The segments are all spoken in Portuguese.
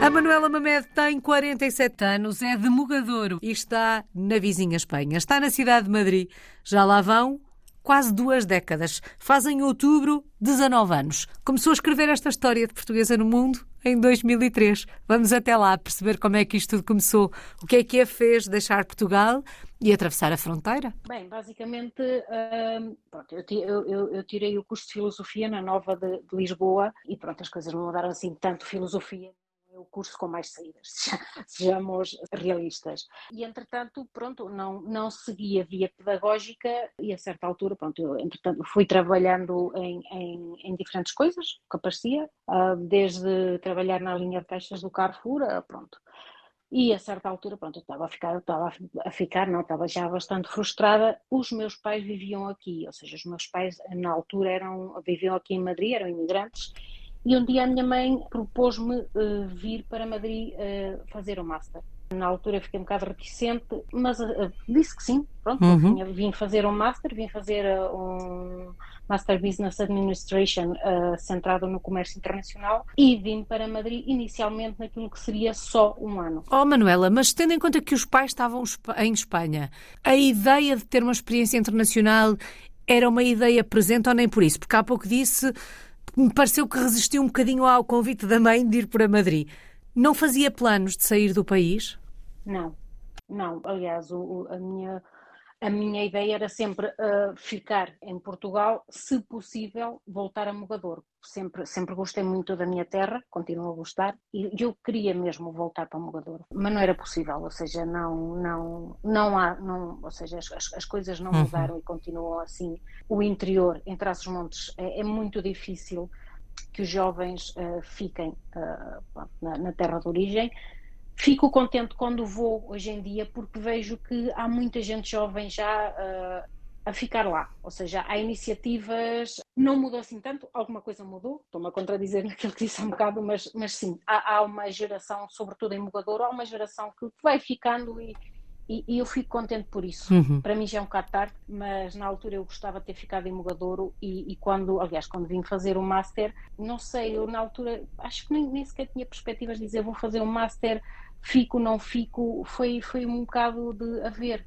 A Manuela Mamed tem 47 anos, é de Mogadouro e está na vizinha Espanha. Está na cidade de Madrid. Já lá vão quase 2 décadas. Faz em outubro 19 anos. Começou a escrever esta história de portuguesa no mundo em 2003. Vamos até lá perceber como é que isto tudo começou. O que a fez deixar Portugal e atravessar a fronteira? Bem, basicamente, pronto, eu tirei o curso de Filosofia na Nova de Lisboa e pronto, as coisas não mudaram assim tanto. Filosofia é o curso com mais saídas, sejamos realistas. E entretanto, pronto, não segui a via pedagógica e a certa altura, pronto, eu entretanto fui trabalhando em diferentes coisas que aparecia, desde trabalhar na linha de caixas do Carrefour, pronto. E a certa altura, pronto, eu estava já bastante frustrada. Os meus pais viviam aqui, ou seja, os meus pais na altura viviam aqui em Madrid, eram imigrantes, e um dia a minha mãe propôs-me vir para Madrid fazer o Master. Na altura fiquei um bocado reticente, mas disse que sim, pronto, vim fazer um Master, vim fazer um Master Business Administration centrado no comércio internacional e vim para Madrid inicialmente naquilo que seria só um ano. Oh, Manuela, mas tendo em conta que os pais estavam em Espanha, a ideia de ter uma experiência internacional era uma ideia presente ou nem por isso? Porque há pouco disse, me pareceu que resistiu um bocadinho ao convite da mãe de ir para Madrid. Não fazia planos de sair do país? Não. Aliás, a minha ideia era sempre ficar em Portugal, se possível, voltar a Mogadouro. Sempre gostei muito da minha terra, continuo a gostar, e eu queria mesmo voltar para Mogadouro. Mas não era possível, ou seja, ou seja, as coisas não mudaram e continuam assim. O interior, em Trás-os-Montes, é muito difícil que os jovens fiquem na terra de origem. Fico contente quando vou hoje em dia porque vejo que há muita gente jovem já a ficar lá, ou seja, há iniciativas, não mudou assim tanto, alguma coisa mudou, estou-me a contradizer naquilo que disse há um bocado, mas sim, há uma geração, sobretudo em Mogadouro, há uma geração que vai ficando e eu fico contente por isso. Para mim já é um bocado tarde, mas na altura eu gostava de ter ficado em Mogadouro e quando vim fazer o Master, não sei, eu na altura acho que nem sequer tinha perspectivas de dizer vou fazer um Master, fico, não fico, foi um bocado de ver.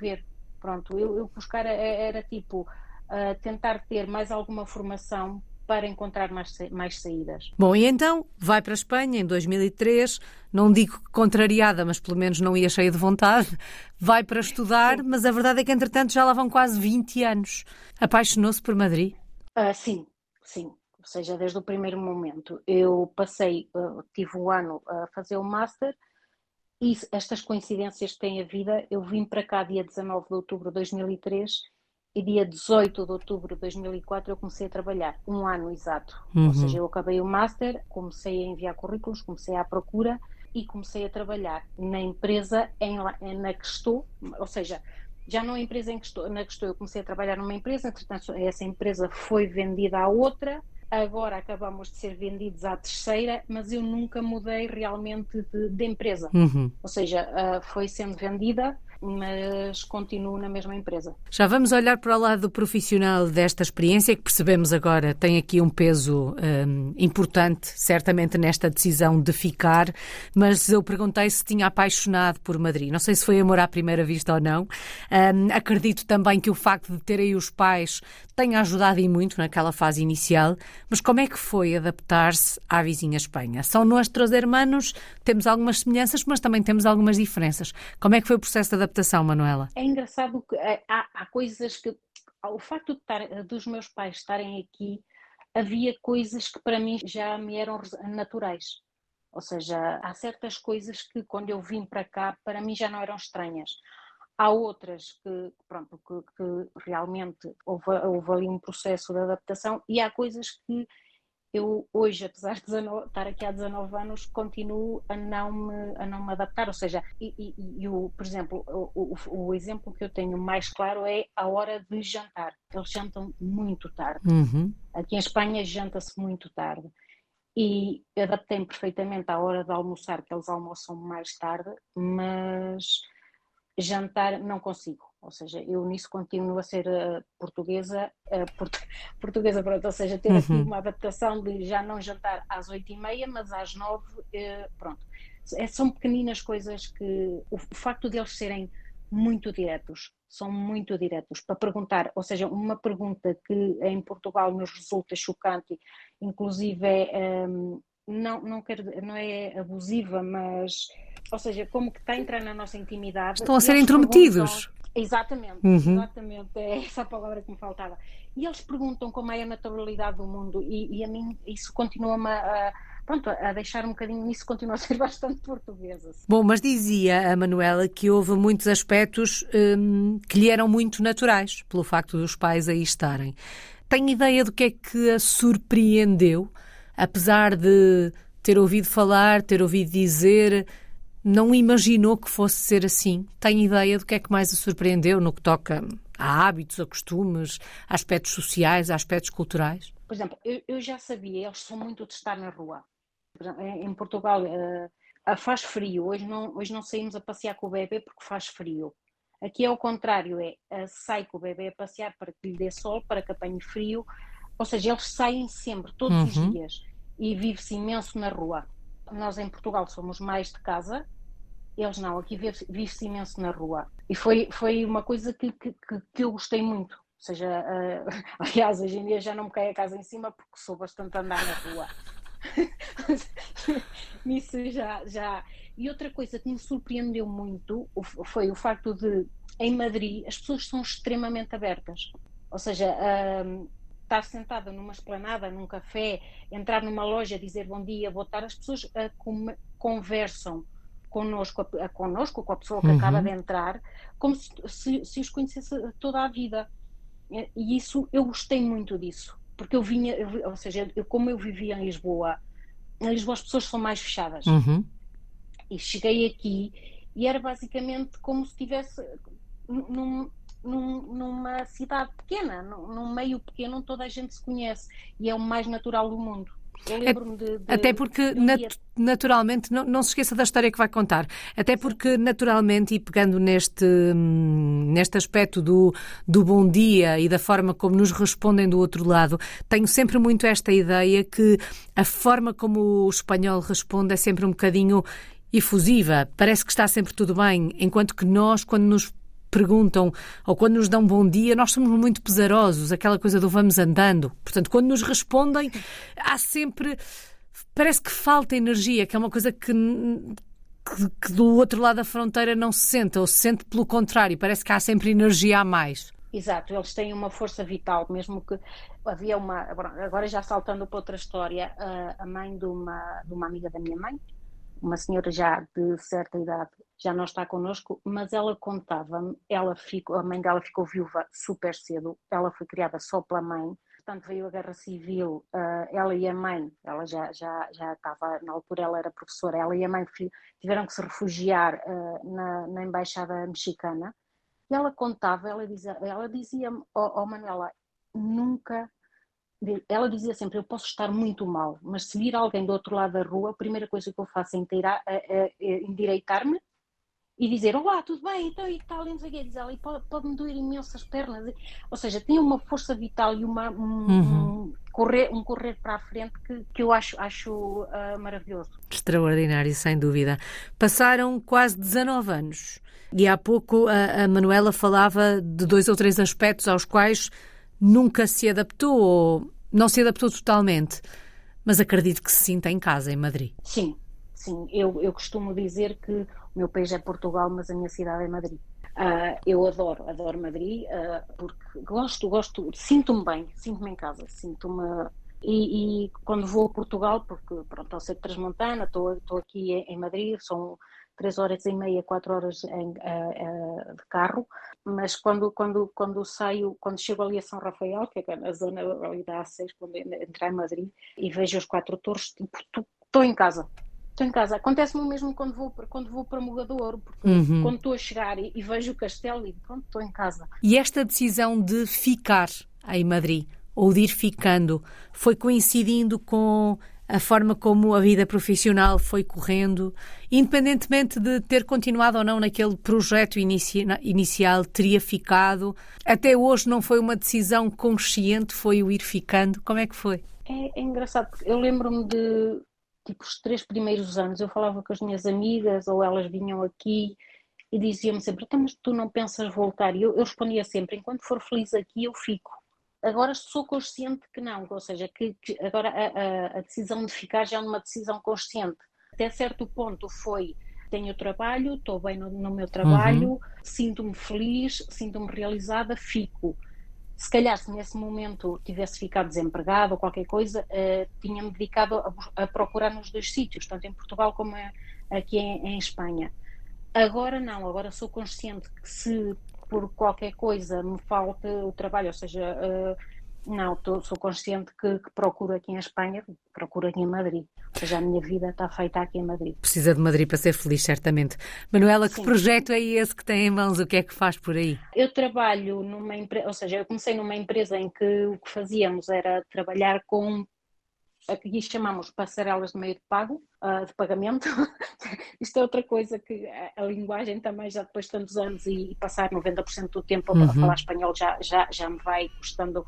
Pronto, eu buscar era tipo tentar ter mais alguma formação para encontrar mais saídas. Bom, e então vai para a Espanha em 2003, não digo contrariada, mas pelo menos não ia cheia de vontade, vai para estudar, Sim. mas a verdade é que entretanto já lá vão quase 20 anos. Apaixonou-se por Madrid? Sim. Ou seja, desde o primeiro momento. Eu tive um ano a fazer o Master e estas coincidências que tem a vida, eu vim para cá dia 19 de outubro de 2003 e dia 18 de outubro de 2004 eu comecei a trabalhar, um ano exato. Ou seja, eu acabei o Master, comecei a enviar currículos, comecei à procura e comecei a trabalhar na empresa na que estou, ou seja, já não é a empresa na que estou, eu comecei a trabalhar numa empresa, entretanto essa empresa foi vendida à outra, agora acabamos de ser vendidos à terceira, mas eu nunca mudei realmente de empresa. Ou seja, foi sendo vendida, mas continuo na mesma empresa. Já vamos olhar para o lado profissional desta experiência, que percebemos agora tem aqui um peso importante, certamente, nesta decisão de ficar, mas eu perguntei se tinha apaixonado por Madrid. Não sei se foi amor à primeira vista ou não. Acredito também que o facto de ter aí os pais tenha ajudado e muito naquela fase inicial, mas como é que foi adaptar-se à vizinha Espanha? São nossos hermanos, temos algumas semelhanças, mas também temos algumas diferenças. Como é que foi o processo de adaptação, Manuela? É engraçado que há coisas que... O facto dos meus pais estarem aqui, havia coisas que para mim já me eram naturais. Ou seja, há certas coisas que quando eu vim para cá, para mim já não eram estranhas. Há outras que realmente houve ali um processo de adaptação e há coisas que eu hoje, apesar de estar aqui há 19 anos, continuo a não me adaptar. Ou seja, por exemplo, o exemplo que eu tenho mais claro é a hora de jantar. Eles jantam muito tarde. Aqui em Espanha janta-se muito tarde. E adaptei-me perfeitamente à hora de almoçar, que eles almoçam mais tarde, mas jantar não consigo. Ou seja, eu nisso continuo a ser portuguesa, pronto, ou seja, ter aqui uma adaptação de já não jantar às 8h30, mas às 9, pronto. São pequeninas coisas que, o facto de eles serem muito diretos, são muito diretos, para perguntar, ou seja, uma pergunta que em Portugal nos resulta chocante, inclusive não é abusiva, mas, ou seja, como que está a entrar na nossa intimidade. Estão a ser intrometidos. Exatamente, é essa a palavra que me faltava. E eles perguntam como é a naturalidade do mundo e a mim isso continua-me a deixar um bocadinho, nisso continua a ser bastante portuguesa. Bom, mas dizia a Manuela que houve muitos aspectos que lhe eram muito naturais, pelo facto dos pais aí estarem. Tem ideia do que é que a surpreendeu? Apesar de ter ouvido falar, ter ouvido dizer, não imaginou que fosse ser assim? Tem ideia do que é que mais a surpreendeu no que toca a hábitos, a costumes, a aspectos sociais, a aspectos culturais? Por exemplo, eu já sabia, eles são muito de estar na rua. Por exemplo, em Portugal faz frio, hoje não saímos a passear com o bebê porque faz frio. Aqui é o contrário, sai com o bebê a passear para que lhe dê sol, para que apanhe frio. Ou seja, eles saem sempre, todos os dias, e vive-se imenso na rua. Nós em Portugal somos mais de casa, eles não, aqui vive-se imenso na rua. E foi uma coisa que eu gostei muito. Ou seja, aliás, hoje em dia já não me cai a casa em cima porque sou bastante andar na rua. Nisso já. E outra coisa que me surpreendeu muito foi o facto de, em Madrid, as pessoas são extremamente abertas. Ou seja, estar sentada numa esplanada, num café, entrar numa loja, dizer bom dia, boa tarde, as pessoas conversam connosco, com a pessoa que acaba de entrar, como se os conhecesse toda a vida. E isso, eu gostei muito disso, porque ou seja, como eu vivia em Lisboa as pessoas são mais fechadas. E cheguei aqui e era basicamente como se estivesse numa cidade pequena, num meio pequeno onde toda a gente se conhece e é o mais natural do mundo. Eu lembro-me até porque naturalmente, não se esqueça da história que vai contar, até porque naturalmente, e pegando neste aspecto do bom dia e da forma como nos respondem do outro lado, tenho sempre muito esta ideia que a forma como o espanhol responde é sempre um bocadinho efusiva, parece que está sempre tudo bem, enquanto que nós, quando nos perguntam ou quando nos dão bom dia, nós somos muito pesarosos, aquela coisa do vamos andando. Portanto, quando nos respondem, há sempre... Parece que falta energia, que é uma coisa que do outro lado da fronteira não se sente, ou se sente pelo contrário, parece que há sempre energia a mais. Exato, eles têm uma força vital, mesmo que havia agora já saltando para outra história, a mãe de uma amiga da minha mãe, uma senhora já de certa idade, já não está connosco, mas ela contava-me, a mãe dela ficou viúva super cedo, ela foi criada só pela mãe, portanto veio a Guerra Civil, ela e a mãe, ela já estava, na altura ela era professora, ela e a mãe tiveram que se refugiar na Embaixada Mexicana, e ela contava, ela dizia-me, Manuela, nunca... Ela dizia sempre, eu posso estar muito mal, mas se vir alguém do outro lado da rua, a primeira coisa que eu faço é endireitar-me e dizer, olá, tudo bem, então e tal, e não sei o quê. Diz ela, e pode-me doer imenso as pernas. Ou seja, tem uma força vital e um correr para a frente que eu acho maravilhoso. Extraordinário, sem dúvida. Passaram quase 19 anos e há pouco a Manuela falava de 2 ou 3 aspectos aos quais nunca se adaptou ou não se adaptou totalmente, mas acredito que se sinta em casa, em Madrid. Sim. Eu costumo dizer que o meu país é Portugal, mas a minha cidade é Madrid. Eu adoro Madrid, porque gosto, sinto-me bem, sinto-me em casa, e quando vou a Portugal, porque pronto, eu sei de Transmontana, estou aqui em Madrid, são 3h30, 4 horas de carro, mas quando saio, quando chego ali a São Rafael, que é na zona ali da A6, quando entrar em Madrid, e vejo os 4 torres, estou em casa. Estou em casa. Acontece-me o mesmo quando vou para Mogadouro, porque quando estou a chegar e vejo o castelo e pronto, estou em casa. E esta decisão de ficar em Madrid, ou de ir ficando, foi coincidindo com a forma como a vida profissional foi correndo, independentemente de ter continuado ou não naquele projeto inicial, teria ficado. Até hoje não foi uma decisão consciente, foi o ir ficando. Como é que foi? É engraçado, porque eu lembro-me de, tipo, os 3 primeiros anos, eu falava com as minhas amigas, ou elas vinham aqui e diziam-me sempre, então, mas tu não pensas voltar? E eu respondia sempre, enquanto for feliz aqui, eu fico. Agora sou consciente que não, ou seja, que agora a decisão de ficar já é uma decisão consciente. Até certo ponto foi, tenho trabalho, estou bem no meu Uhum. trabalho, sinto-me feliz, sinto-me realizada, fico. Se calhar, se nesse momento tivesse ficado desempregado ou qualquer coisa, tinha-me dedicado a procurar nos dois sítios, tanto em Portugal como aqui em Espanha. Agora não, agora sou consciente que se por qualquer coisa me falta o trabalho, ou seja, não, sou consciente que procuro aqui em Espanha, procuro aqui em Madrid, ou seja, a minha vida está feita aqui em Madrid. Precisa de Madrid para ser feliz, certamente. Manuela, que Sim, projeto é esse que tem em mãos? O que é que faz por aí? eu trabalho numa empresa, ou seja, eu comecei numa empresa em que o que fazíamos era trabalhar com, aqui chamamos passarelas de meio de pago, de pagamento. Isto é outra coisa que a linguagem também, já depois de tantos anos e passar 90% do tempo a falar Uhum. espanhol, já me vai custando.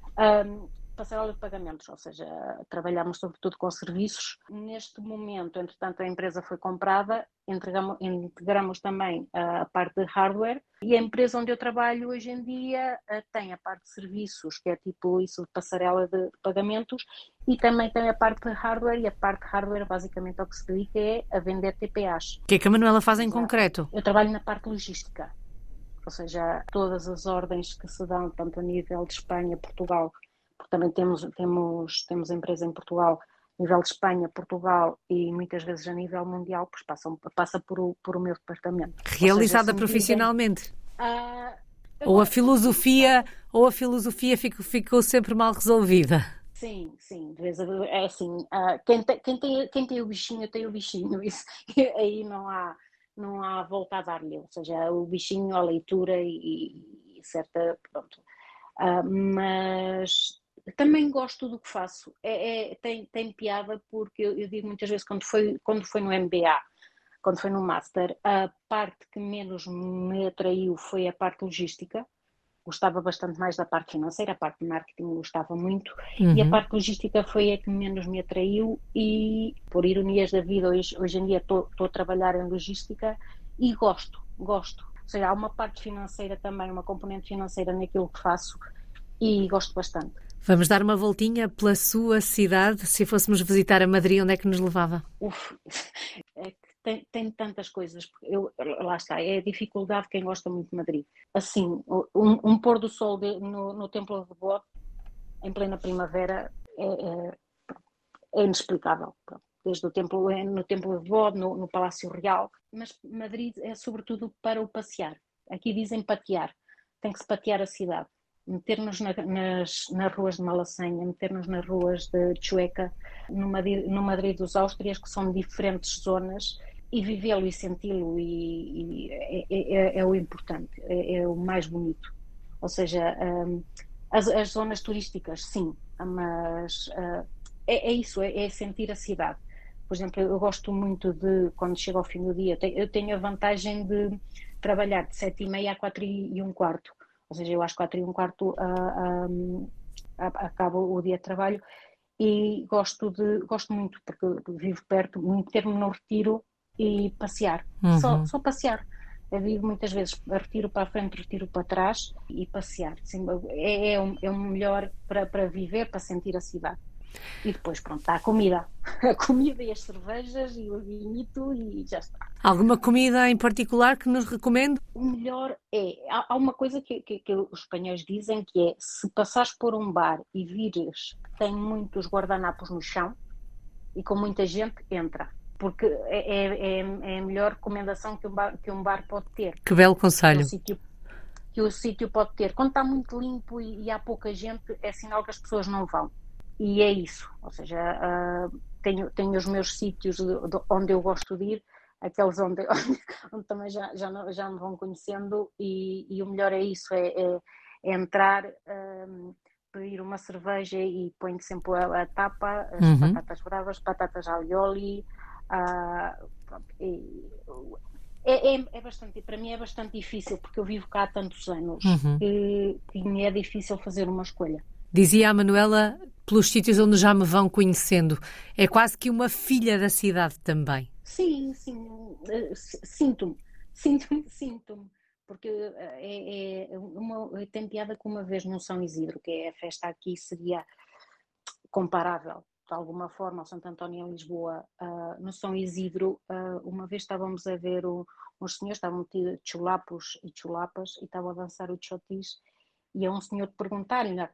Passarela de pagamentos, ou seja, trabalhamos sobretudo com serviços. Neste momento, entretanto, a empresa foi comprada, integramos também a parte de hardware, e a empresa onde eu trabalho hoje em dia tem a parte de serviços, que é tipo isso de passarela de pagamentos, e também tem a parte de hardware, e a parte de hardware basicamente ao que se dedica é a vender TPAs. O que é que a Manuela Ou faz em seja, concreto? eu trabalho na parte logística, ou seja, todas as ordens que se dão, tanto a nível de Espanha, Portugal, porque também temos empresa em Portugal, a nível de Espanha, Portugal e muitas vezes a nível mundial, pois passa por o meu departamento. Ou seja, Realizada se me dizem, profissionalmente? ah, Ou a agora sim, filosofia, ou a filosofia ficou sempre mal resolvida? sim, é assim, quem tem o bichinho tem o bichinho, isso, aí não há volta a dar-lhe, ou seja, o bichinho, a leitura e certa, pronto. Mas também gosto do que faço. Tem piada porque eu digo muitas vezes quando foi no MBA, quando foi no Master, a parte que menos me atraiu foi a parte logística. Gostava bastante mais da parte financeira, a parte de marketing gostava muito, e a Uhum. parte logística foi a que menos me atraiu e, por ironias da vida, hoje em dia estou a trabalhar em logística e gosto. Ou seja, há uma parte financeira também, uma componente financeira naquilo que faço e gosto bastante. Vamos dar uma voltinha pela sua cidade. Se fôssemos visitar a Madrid, onde é que nos levava? Uf, é que tem tantas coisas, porque lá está, é a dificuldade de quem gosta muito de Madrid. Assim, um pôr do sol no Templo de Bode, em plena primavera, é inexplicável. Desde o templo, no Templo de Bode, no Palácio Real, mas Madrid é sobretudo para o passear. Aqui dizem patear, tem que se patear a cidade. Meter-nos nas ruas de Malasanha, meter-nos nas ruas de Chueca, no Madrid dos Áustrias, que são diferentes zonas, e vivê-lo e senti-lo é o importante, é o mais bonito. Ou seja, as zonas turísticas, sim, mas é isso, é sentir a cidade. Por exemplo, eu gosto muito de, quando chego ao fim do dia, eu tenho a vantagem de trabalhar de 7h30 a 4h15. Ou seja, eu às 4h15 acabo o dia de trabalho e gosto muito, porque vivo perto, meter-me no retiro e passear. Uhum. Só passear. Eu digo muitas vezes, retiro para a frente, retiro para trás e passear. Sim, é o melhor para viver, para sentir a cidade. E depois, pronto, está a comida. A comida e as cervejas e o vinito e já está. Alguma comida em particular que nos recomende? O melhor há uma coisa que os espanhóis dizem que é, se passares por um bar e vires que tem muitos guardanapos no chão e com muita gente, entra. Porque é a melhor recomendação que um bar pode ter. Que belo Que um conselho. sítio que o sítio pode ter. Quando está muito limpo e há pouca gente, é sinal que as pessoas não vão. E é isso. Ou seja, tenho os meus sítios onde eu gosto de ir, aqueles onde também já me vão conhecendo, e o melhor é isso, é entrar, pedir uma cerveja e ponho sempre a tapa, as Uhum. batatas bravas, batatas alioli, pronto, é bastante, para mim é bastante difícil, porque eu vivo cá há tantos anos Uhum. que me é difícil fazer uma escolha. Dizia a Manuela, pelos sítios onde já me vão conhecendo, é quase que uma filha da cidade também. Sim, sim, sinto-me, sinto-me, porque tem piada que uma vez no São Isidro, que é a festa aqui, seria comparável, de alguma forma, ao Santo António em Lisboa. No São Isidro, uma vez estávamos a ver uns senhores, estavam metidos chulapos e chulapas, e estavam a dançar o chotis, e a um senhor te perguntar ainda,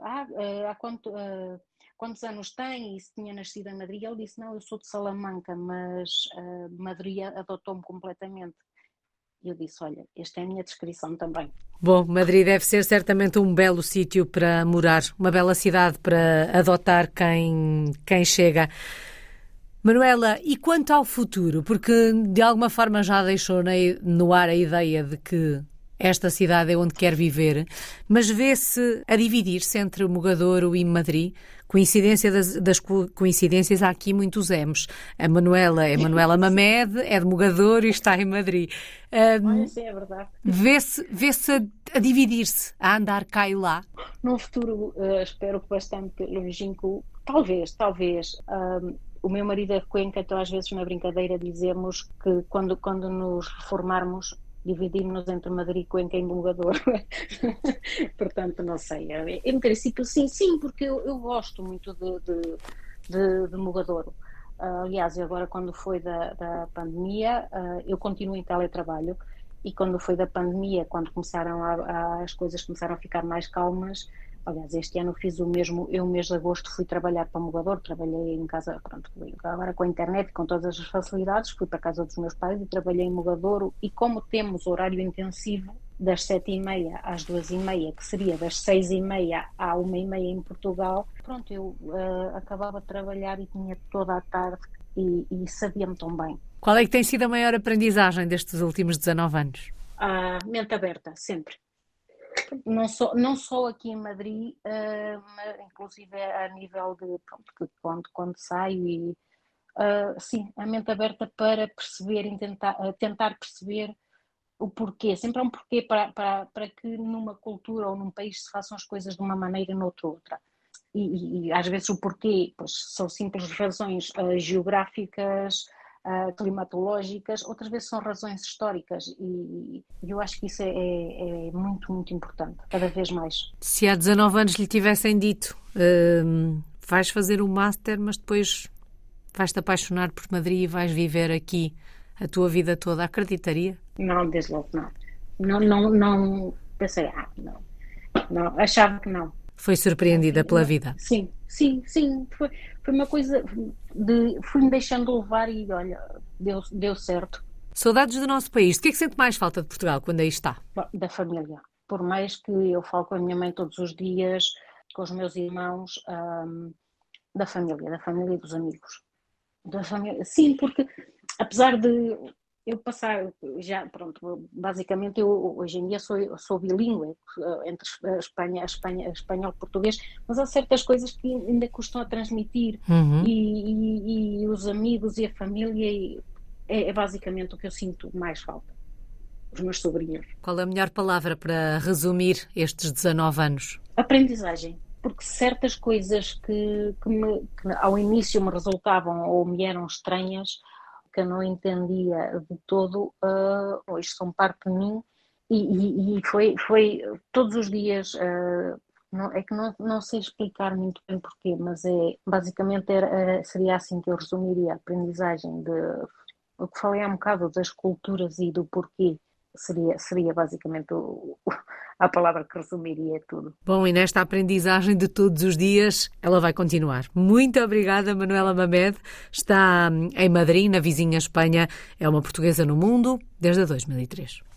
quantos anos tem e se tinha nascido em Madrid. Ele disse, não, eu sou de Salamanca, mas Madrid adotou-me completamente. E eu disse, olha, esta é a minha descrição também. Bom, Madrid deve ser certamente um belo sítio para morar, uma bela cidade para adotar quem chega. Manuela, e quanto ao futuro? Porque de alguma forma já deixou no ar a ideia de que esta cidade é onde quer viver, mas vê-se a dividir-se entre Mogadouro e Madrid. Coincidência das coincidências, há aqui muitos M's. A Manuela é Manuela Mamed, é de Mogadouro e está em Madrid. Olha, sim, é verdade. Vê-se a dividir-se, a andar cá e lá. Num futuro, espero que bastante longínquo, talvez. O meu marido é de Cuenca, então às vezes na brincadeira dizemos que quando nos reformarmos, dividimos-nos entre Madrid, Cuenca e Mogador. Portanto, não sei. Em princípio, sim, porque eu gosto muito de Mogadouro. Aliás, agora quando foi da pandemia, eu continuo em teletrabalho, e quando foi da pandemia, quando começaram as coisas começaram a ficar mais calmas. Aliás, este ano fiz o mesmo. Eu, no mês de agosto, fui trabalhar para Mogador, trabalhei em casa, pronto, agora com a internet, com todas as facilidades, fui para a casa dos meus pais e trabalhei em Mogador. E como temos horário intensivo, das 7h30 às 2h30, que seria das 6h30 à 1h30 em Portugal, pronto, eu acabava de trabalhar e tinha toda a tarde e sabia-me tão bem. Qual é que tem sido a maior aprendizagem destes últimos 19 anos? Mente aberta, sempre. Não só aqui em Madrid, mas inclusive a nível de, pronto, quando saio e sim, a mente aberta para perceber e tentar perceber o porquê. Sempre há um porquê para que numa cultura ou num país se façam as coisas de uma maneira e noutra outra. E às vezes o porquê, pois, são simples razões geográficas, climatológicas, outras vezes são razões históricas, e eu acho que isso é muito, muito importante, cada vez mais. Se há 19 anos lhe tivessem dito vais fazer um master, mas depois vais-te apaixonar por Madrid e vais viver aqui a tua vida toda, acreditaria? Não, desde logo não. Não pensei, não, achava que não. Foi surpreendida pela vida. Sim, foi uma coisa fui-me deixando levar e olha, deu certo. Saudades do nosso país. De que é que sente mais falta de Portugal quando aí está? Da família. Por mais que eu falo com a minha mãe todos os dias, com os meus irmãos, da família e dos amigos. Da família. Sim, porque apesar de eu passar já, pronto, basicamente eu hoje em dia sou bilíngue entre espanhol e português, mas há certas coisas que ainda custam a transmitir, e os amigos e a família é basicamente o que eu sinto mais falta. Os meus sobrinhos. Qual é a melhor palavra para resumir estes 19 anos? Aprendizagem. Porque certas coisas que ao início me resultavam ou me eram estranhas, que eu não entendia de todo, hoje são parte de mim, e foi todos os dias. É que não sei explicar muito bem porquê, mas basicamente seria assim que eu resumiria a aprendizagem o que falei há um bocado das culturas e do porquê. Seria basicamente a palavra que resumiria tudo. Bom, e nesta aprendizagem de todos os dias, ela vai continuar. Muito obrigada, Manuela Mamed. Está em Madrid, na vizinha Espanha. É uma portuguesa no mundo desde 2003.